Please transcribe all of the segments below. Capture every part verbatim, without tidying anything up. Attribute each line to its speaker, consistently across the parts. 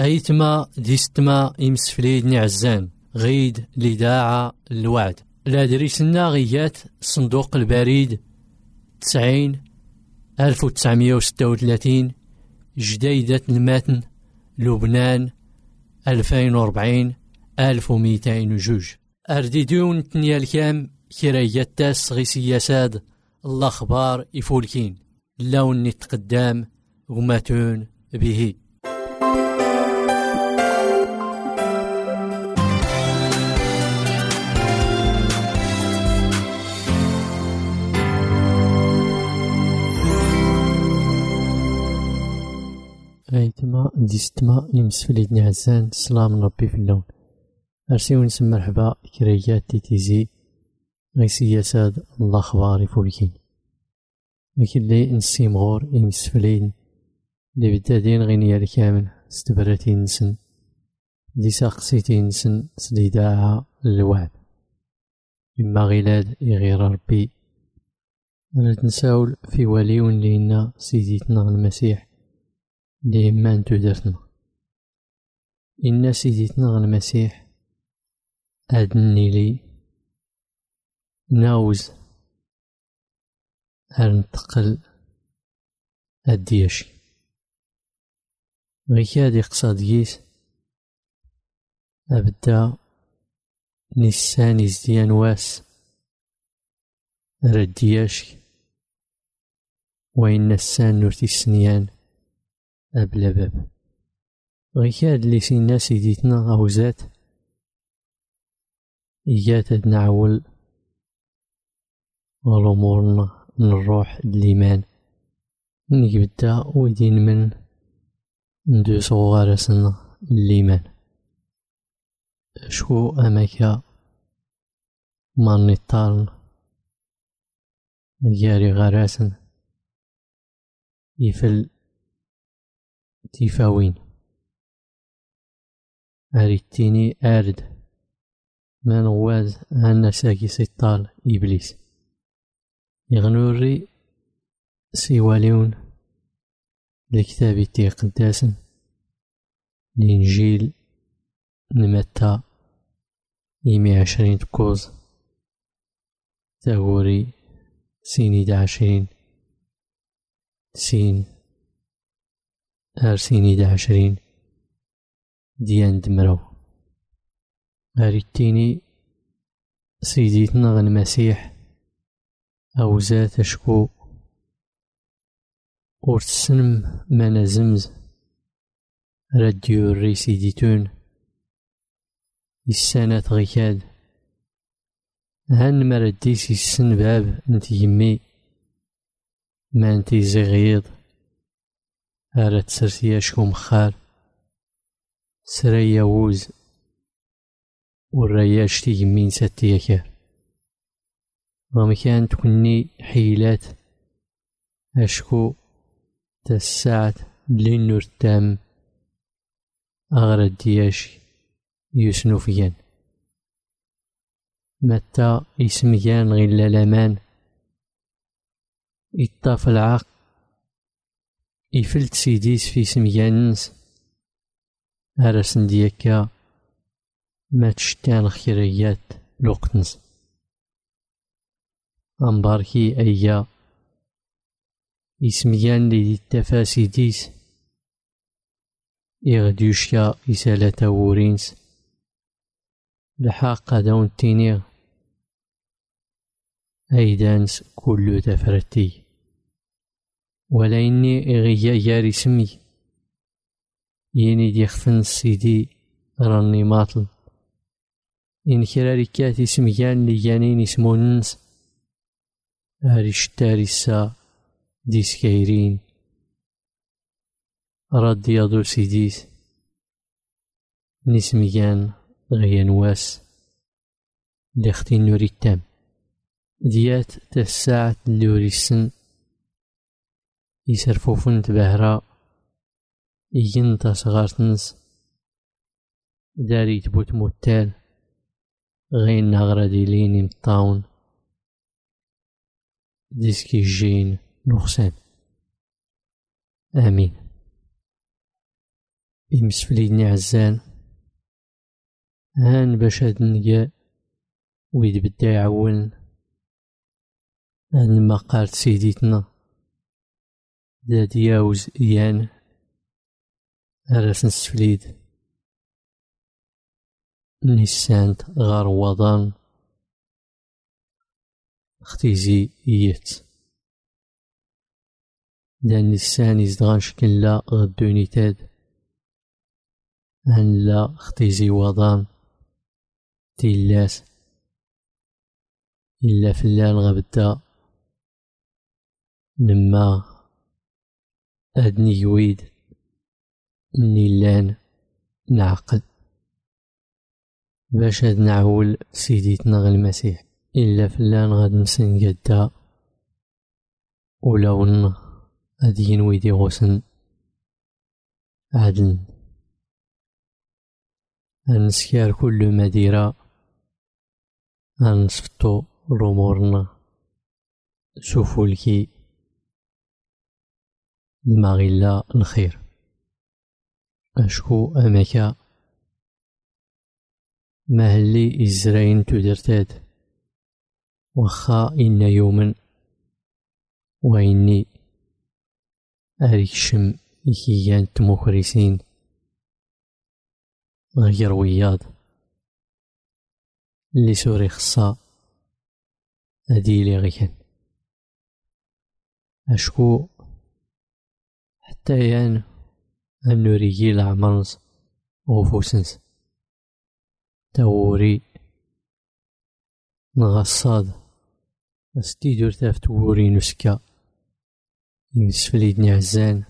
Speaker 1: غيتما ديستما يمسفليد نعزان غيد لداعة الوعد لا دريسنا غيات صندوق البريد تسعين ألف وتسعمية وستة وثلاثين جديدة المتن لبنان ألفين وربعين ألف ومئتين وجوج أرديدون تنيا الكام كرايات تاس غي سياساد الأخبار يفولكين اللون نتقدام وماتون به غيتما ديستما يمسفليدني عزان سلام ربي في اللون أرسيو نسمى مرحبا كريات تيتيزي غي سياساد الأخبار يفولكين لكن لي نسيمغور يمسفلين لي بدادين غينيا الكامل ستبراتين نسن دي ساقسيتين نسن سليداعة الوعد إما غيلاد يغير ربي أنا تنساول في وليون لينا سيديتنا المسيح لي ما انتو درتنا إن سيديتنا المسيح أدني لي ناوز أرنتقل أدياشي غيكاد يقصد جيس أبدا نسان ازديان واس ردياشي وإن السان نورتي السنيان أبلا باب غيكاد لي سينا سيديتنا غوزات إيجات نعول والأمورنا نروح الإيمان نجبدا ويدين من ندو صغار سنة الإيمان شكو أماكا ما نطال نجاري غراسن يفل تيفاوين أريتيني أرد ما نواز أنا ساكي سيطال إبليس يغنوري سيواليون لكتابي تي قداسن الإنجيل نمتا يمي عشرين تكوز تاغوري سيني دا عشرين سين ار سيني دا عشرين ديان دمرو أريتيني سيديتنا غن مسيح أو ذات شكو ورتسنم مانا زمز راديو الريسي ديتون السانات غيكاد هان مرديسي السن باب انت يمي ما انتي زغيض هارت سرسيا شكو مخار سريا ووز والرياش تي يمين ساتيا كار ومكان تكوني حيلات أشكو تساعد للنور التام أغرى دياشي يسنو فيان متى يسميان غير لامان يطاف العاق يفلت سيديس في سميانس أرسن ديكا ما تشتان الخيريات لوقتنس أمباركي أيا يسميان لي التفاسيديس يغديوشيا إسالة وورينس لحاق دون تينيغ أيدانس كل تفرتي ولا إني إغيا ياري سمي يني ديخفن سيدي راني ماطل إن كراري كاتي سميان ليانين اسموننس أريشتاري السا ديسكايرين رد يضو سيديس نسميان غيانواس لختي نوري التام ديات تساعة اللوري السن يسرفوفن تبهرا يجنتا صغارتنس داري تبوت موتال غين نغردي ليني مطاون ديسكي جين نقصان آمين. إمسفليدني عزان هان باش هاد نلقى ويد بدا يعاون هاد المقال سيديتنا داد ياوز إيان أراس نسفليد نيسانت غار وضان اختيزي إيت دان نيسان يزدغان شكلا غدوني تاد هن لا اختيزي وضان تيلاس إلا فلان غبدا نما أدني يويد نيلان نعقل باش هاد نعول سيديتنا غ المسيح إلا فلان غاد نسن قدا ولون هاد ينويدي غسن عدل هنسكار كل مديرة هنصفتو رمورنا شوفو لكي المغلا الخير أشكو أماكا مهلي إزراين تدرتاد وخا إن يوما وإني أريكشم إكيان تموكريسين غير وياض اللي سوري خصا أديلي غيكن أشكو حتى يان أنو ريجي العمرز غفوسنس تاوري نغصاد استيدور تافت ووري نسكا ينسفليدني عزان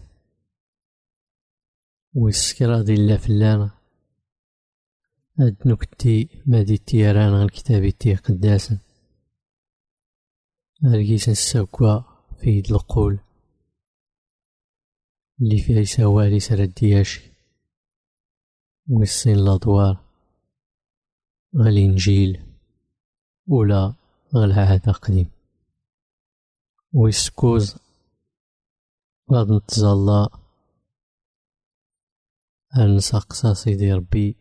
Speaker 1: ويسكرا دي الله فلان هاد نكتي مادي تيران غن كتابي تي قداسن أرقيس نساكوا في يد القول اللي فيه سوالي سرد دياشي ويصين الأدوار غالإنجيل ولا غالعهد قديم ويسكوز غاد نتزالا هنسقسا سيدي ربي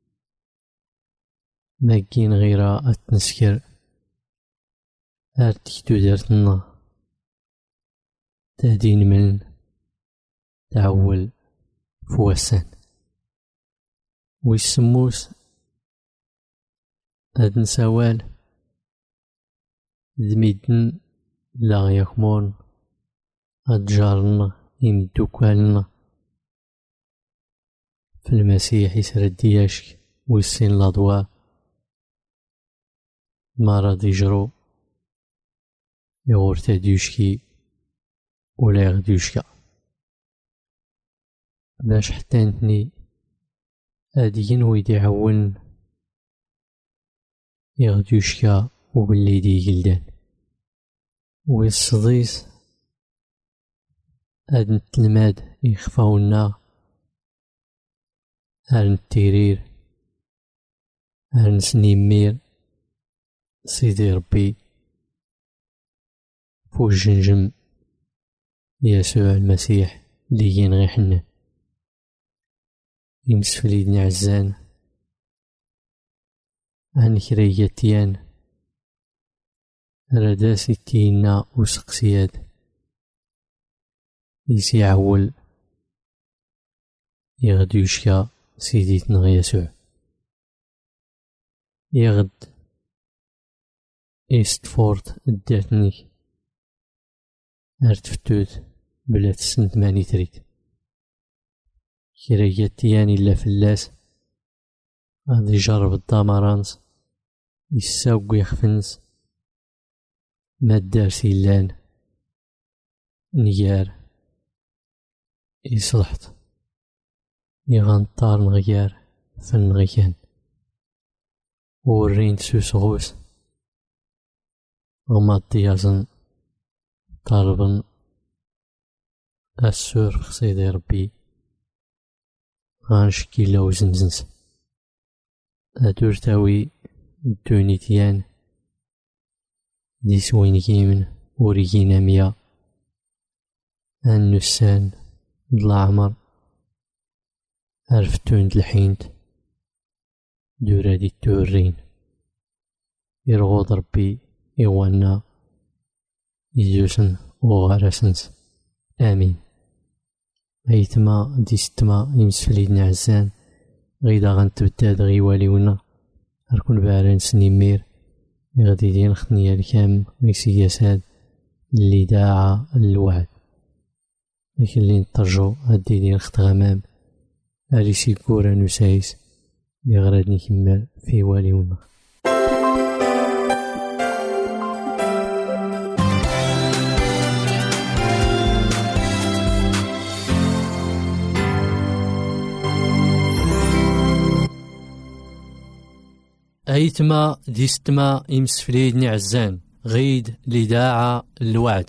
Speaker 1: ماكين غيرا أتنسكر هارتيكتو دارتنا تهدين من تعول فواسان ويسموس هاد نسوال دميدن لا يخمون هاد جارنا يمدوكالنا في المسيح يسرد دياشك ويسين الأضواء مرض يجرو يغور تاديوشكي ولا يغديوشكا باش حتى نتني هاديين ويدي عون يغديوشكا وباللي دي جلدان ويصديس هاد نتلماد يخفاونا هاد نتيرير هاد نسنيمير سيدي ربي فوق الجنجم يسوع المسيح ليين غي حنان يمسفليدني عزان عن كرياتيان رداسي تينا وسقسياد يسي عول يغديوشكا سيديتنا غي يسوع يغد إستفورت داتنيك أرتفتوت بلا تسنت ماني تريد كرياتيان إلا فلاس غادي يجرب الدامرانس يساوق يخفنس مادار سيلان نيار يصلحت يغنطار نغيار فالنغيان ورين سوس غوس وما ديازن طالبن السور خصيدي ربي غانشكي لو زنزنس هادور تاوي دونيتيان دي سوين كيمن وريجينا ميا النسان العمر عرفتون الحينت دورا دي التورين يرغوض ربي إيوانا يجوسن وغارسنس آمين. أيتما دي ستما يمسفليدنا عزان غيدا غنتبداد غيواليونا هركون باران سنيمير يغدي دين خطنيا الكام ويسياساد اللي داعا الوعد لكن اللي نترجو هدي دين خط غمام أريسي كورا نسايس يغرد نكمل في واليونا. أيتما ديستما يمسفليدني عزان غيد لداعا الوعد.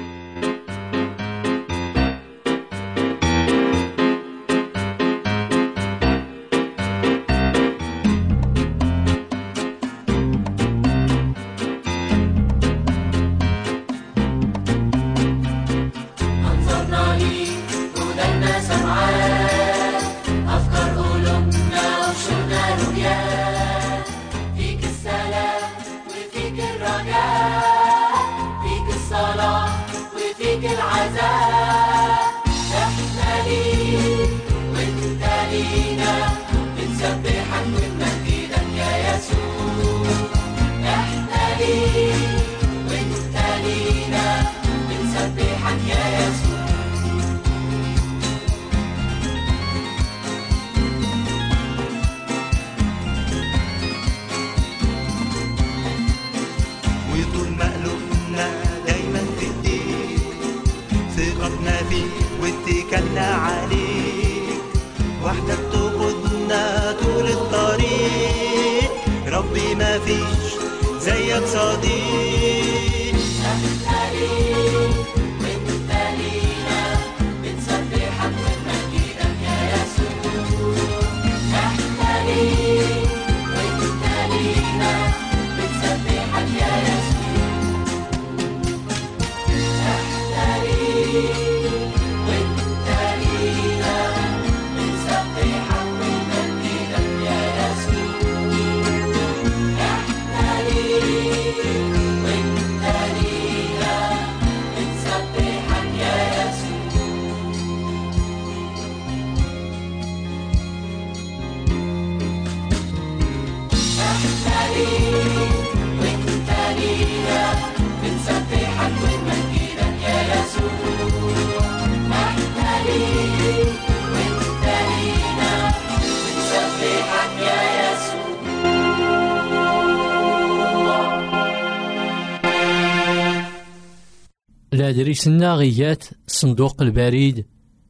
Speaker 1: الأدريسنا غيات صندوق البريد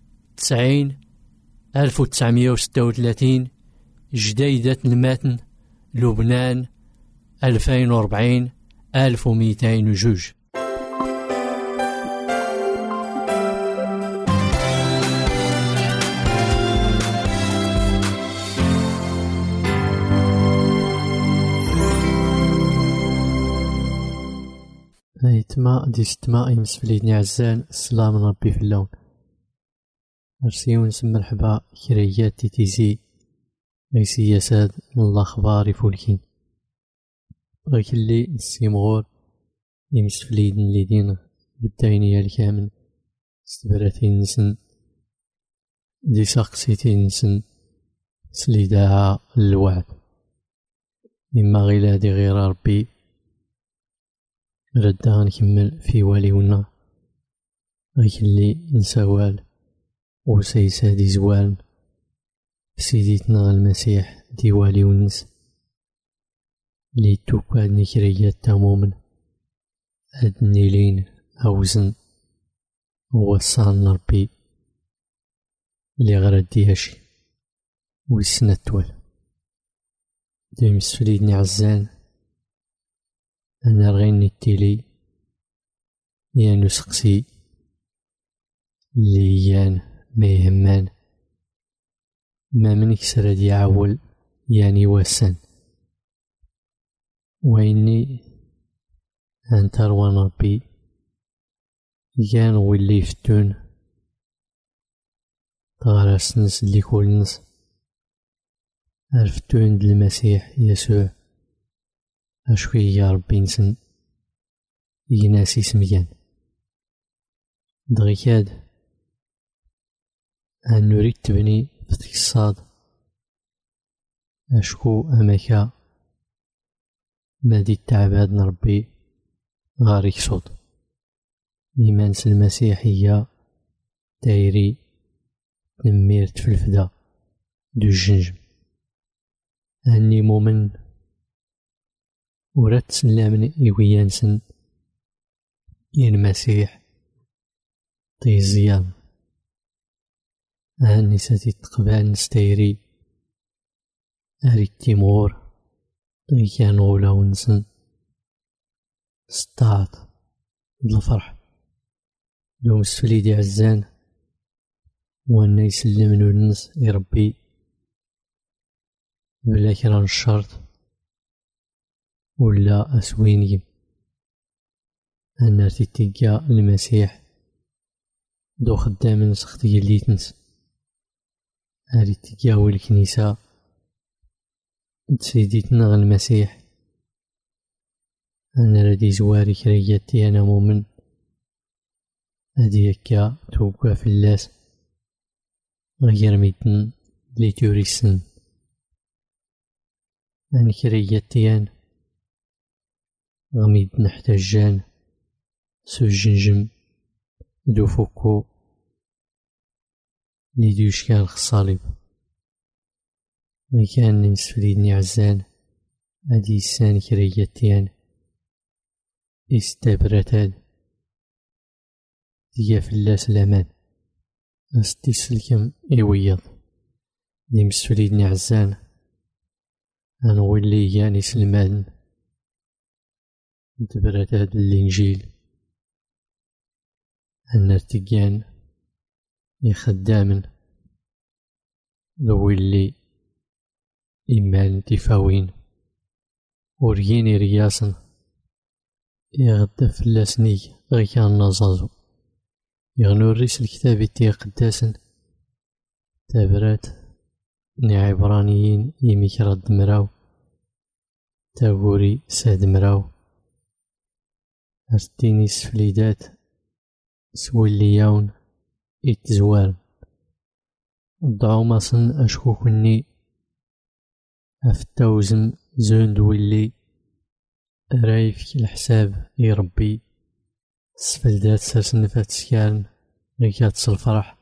Speaker 1: تسعين ألف وتسعمية وستة وثلاثين جديدة المتن لبنان ألفين وربعين ألف ومئتين وجوج. أيتما ديستما يمسفليدني عزان السلام ربي في اللون أرسيون نسم مرحبا كريات تيتيزي أي سياسات من الأخبار فولكين غيك اللي نسيمغور يمسفليدن ليدين بالدينية الكامل استبراتين نسن دي ساقسيتين نسن سليداها الوعد مما غيلادي غير ربي ردها نكمل في واليونا غيك اللي نسوال وسيسادي زوال سيديتنا المسيح دي واليونس لي توكاد نكريات تامومن أدنيلين أوزن ووصان ربي لي غرد دياشي ويسنة توال دي مسفليدني عزان أنا رغيني التيلي يا نسقسي لي يان ما يهمان ما من يكسر دي عول يعني وسن ويني أنت روان ربي يان واللي يفتون تغرس نس اللي كل نس عرفتون المسيح يسوع أشكي يا ربي نسن يناسي سميان دغي كاد أن نريد تبني فتك الصاد أشكو أماكا مادي التعباد نربي غاريك صوت لمانس المسيحية دايري نمير تفلفدا دو الجنجم أني مؤمن ورات سلامن إيويانسن ين المسيح طيزيان أني ساتي تقبال نستيري أريد تيمور طيكان غولا ونسن ستات د الفرح دوم السفليدي عزان وانا يسلم الناس يربي بلا كرا الشرط ولا أسويني أنا تيتيكا المسيح دو خدام نسخت يليتنس هاري تيكاوي الكنيسة تسيديتنا المسيح أنا ردي زواري كرياتي أنا مؤمن هادي هكا توقع في اللاس غير ميتن لي توريسن أنا كرياتيان غميد نحتاجان سو جنجم دو فوكو لي دوشكال الصليب مكان نمسفليدني عزان هادي السان كرياتيان استبرتاد ديا فلاس لامان أستي سلكم إيويض دي مسفليدني عزان أنولي يعني سلمان دبرتاد الإنجيل النرتقان يخدامن ذويلي إيمان تفاوين وريني رياسن يغدا فلاسني غي كان نزازو يغنو الريس الكتابي تي قداسن تابرات ني عبرانيين يميكرا دمراو تاغوري ساد مراو أرتيني سفليدات سويلي ياون إتزوار ضعو ماصن أشكوكني أفتاوزن زون دويلي رايفك الحساب يربي سفلدات سرسن فاتسكان غيكات الفرح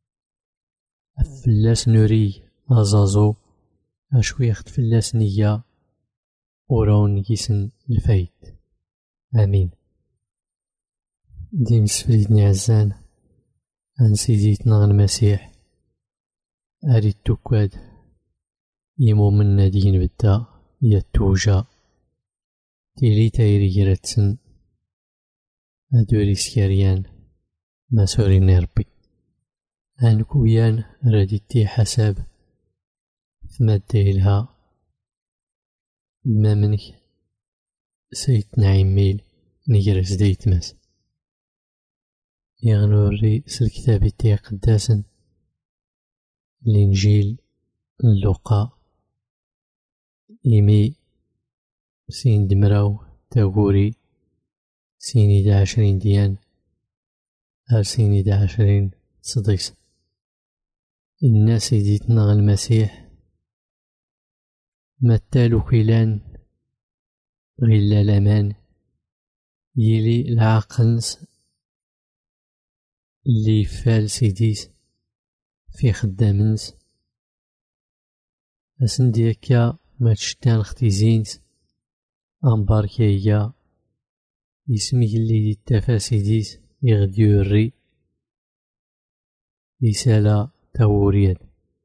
Speaker 1: أفلاس نوري أزازو أشكو يخت فلاس نية وراون يسن الفايت آمين. ديم سفليدني عزان أن سيديتنا المسيح أريد توكاد يمو من نادين بدا يتوجا تيلي تايري جراتسن أدوري سكاريان ما سوري نربي أنكويان رديتي حساب فما دايلها ما منك سيتنا عميل نجرس ديتماس يغنوري سالكتاب تي قداسن الإنجيل لوقا إيمي سين دمراو تاغوري سيني دا عشرين ديان هر سيني دا عشرين صديس الناس يديتنا المسيح متالو كيلان غلا لامان يلي العقنس اللي فال سيديس في خدامنس أسنديكا ما تشتان ختيزينس أمباركيا يسمي اللي دي التفاسيديس يغديو الري يسالا تاوريد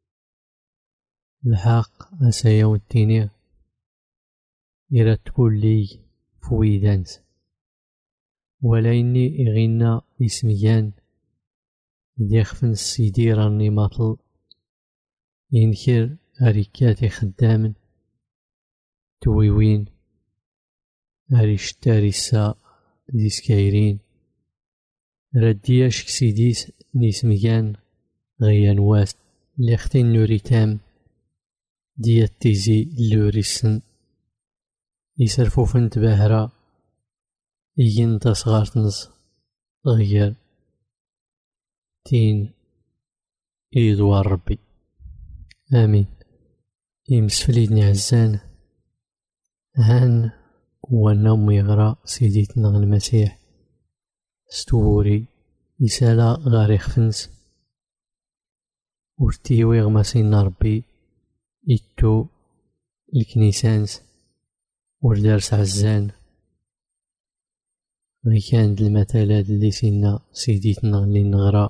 Speaker 1: الحق أسايا والتيني إراد تقول لي فويدانس ولا إني إغينا اسميان ديخفن السيدي راني ماطل ينكر أريكاتي خدامن تويوين أريشتاري السا ديسكايرين ردياش كسيديس نيسميان غيان واس ليختين نوريتام ديال تيزي اللوريسن يسرفو فنت باهرة يجين تصغار تنس غير تين يدوار ربي. آمين. يمسفليدني عزان هان ونوم يغرى سيديتنا المسيح ستوري يسالا غاري خفنس ورتيوي غماسينا ربي إتو الكنيسانس وردارس عزان غي كان المثالات اللي سينا سيديتنا اللي نغرى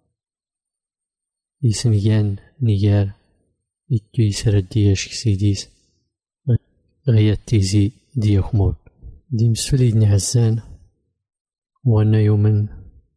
Speaker 1: يسميان نيار إتو يسرد دياش كسيديس غيات تيزي ديا خمول دي مسفليدني عزان وانا يومن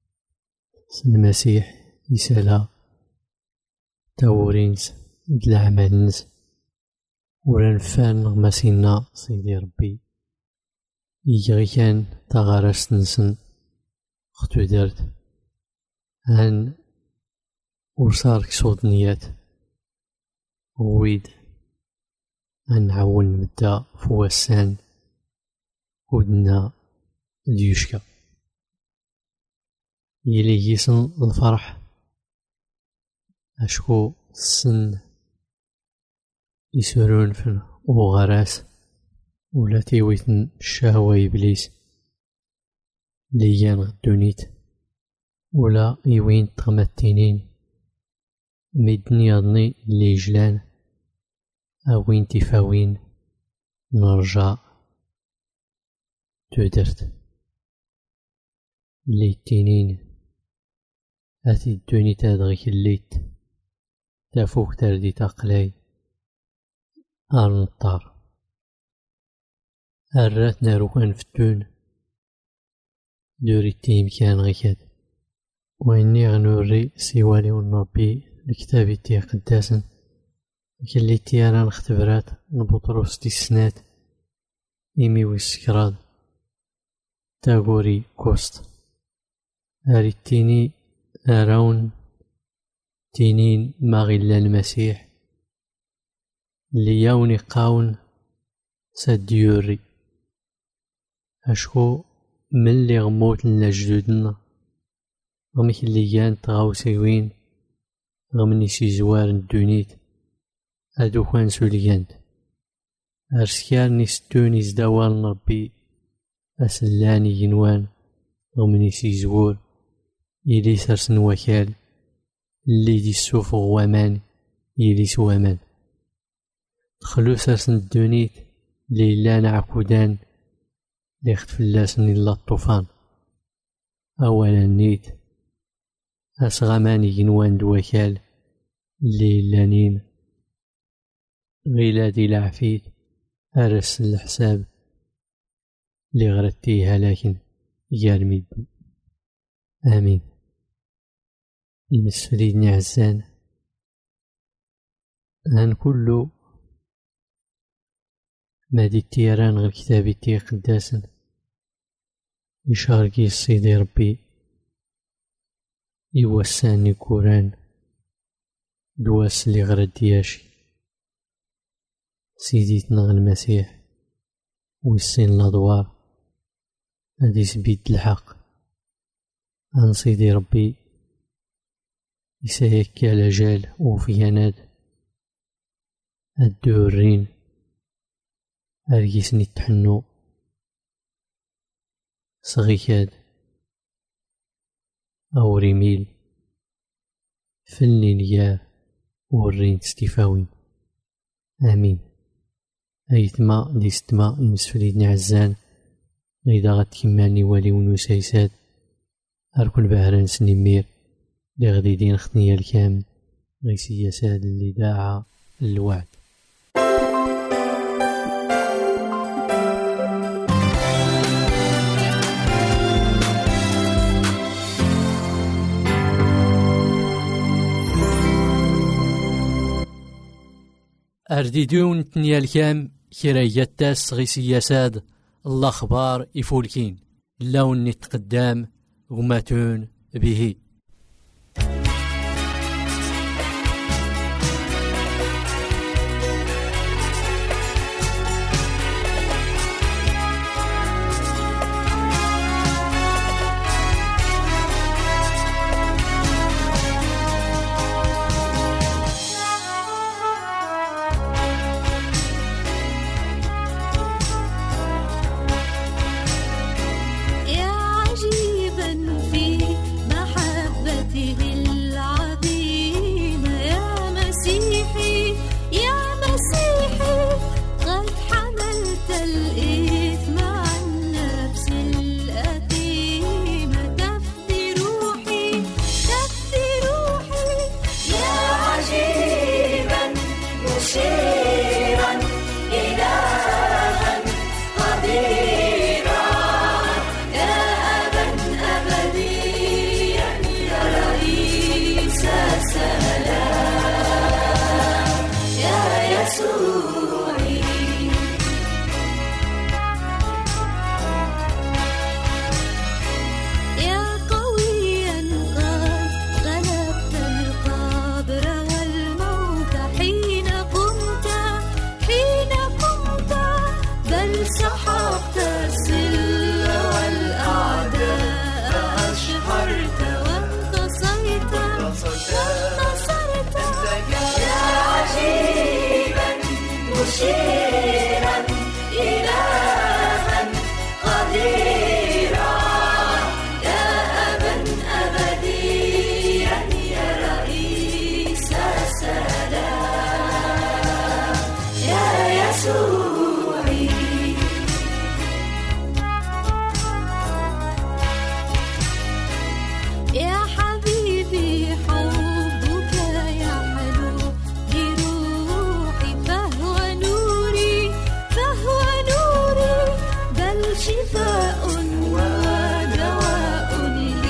Speaker 1: المسيح يسالا تاورينس دلعمالنس ورنفان غماسينا سيدي ربي يجري كان تغارس نسن ختو دارت هان ورصار كسود نيات ويد هنعاون نبدا فواسان ودنا ديوشكا يلي يسن الفرح اشكو السن يسرون فن وغراس ولا تيويتن الشهوة إبليس ليان غدونيت ولا يوين تغمتينين ميدني أضني اللي جلان أوين تفاوين نرجع تودرت ليتينين أتي الدوني تادغيك الليت تافوك تردي تقلاي أرنطار الرات نارو كان فتون دوري التيم كان غيكاد وإني غنوري سيوالي ونربي لكتابي تي قداسن كلي تياران اختبرات نبطروس دي السنات إيمي ويسكراد تاغوري كوست أريتيني أراون تينين ماغيلا المسيح لياوني قاون ساديوري أشكو من اللي غموت لنا جدودنا غمك اللي كان تغاوسيوين غمني سي زوار ندونيت هادو كان سوليانت أرسكارني ستوني زدوال ربي أسلاني ينوان غمني سي زوار يلي سرسن وكال اللي دي السوف غوامان يلي سوامان دخلو سرسن الدونيت ليلان عكودان ليخت فلاسن إلا الطوفان أولا نيت أسغماني ينوان دوكال ليلانين غيلادي العفيت أرس الحساب لغرتيها لكن يارميد. آمين. المسفريدني عزان هان كلو ما دي التيران غير كتابي تي قداسن يشاركي السيدي ربي يوساني كوران دواس لي غير دياشي سيديتنا المسيح ويسين الأدوار هادي سبيت الحق عن سيدي ربي يسايك على جال وفياناد الدورين أريسني التحنو صغيكاد أو ريميل فلني نيار ورين ستيفاوين. آمين. أيتما ديستما يمسفليدني عزان إذا غتكماني والي ونسيسات أركن بهران سنمير لغدي دين خطنيا الكامل غيسي يساد اللي داعا الوعد. أرديدون تنيا الكام كرايتاس غيسي يساد الأخبار يفولكين اللون نتقدام غماتون به.
Speaker 2: يسوعي. يا قويا قد غلبت القبر والموت حين قمت حين قمت بل سحقت السل والأعداء أشهرت وانتصرت وانتصرت يا عجيبا مشيرا إلها قديرا يا أبا أبديا يا رئيس السلام يا يسوعي. يا حبيبي حبك يحلو بروحي فهو نوري فهو نوري بل شفاء ودواء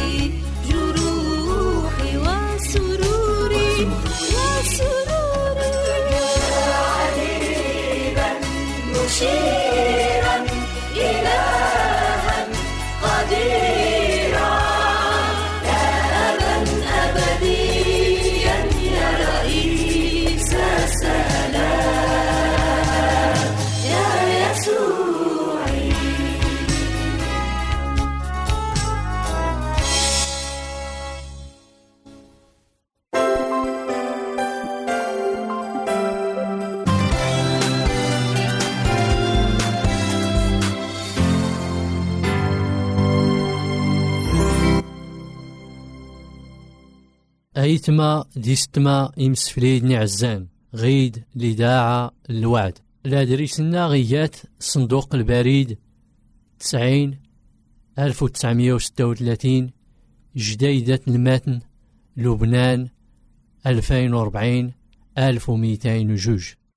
Speaker 2: لجروحي وسروري وسروري عجيبا مشيرا إلها قديرا يا أبا أبديا يا رئيس السلام يا يسوعي.
Speaker 1: أيتما ديستما إمسفليدني عزان غيد لداعة الوعد لا دريسنا غيات صندوق البريد تسعين ألف وتسعمية وستة وثلاثين جديدة المتن لبنان ألفين وأربعين ألف ومئتين وجوج.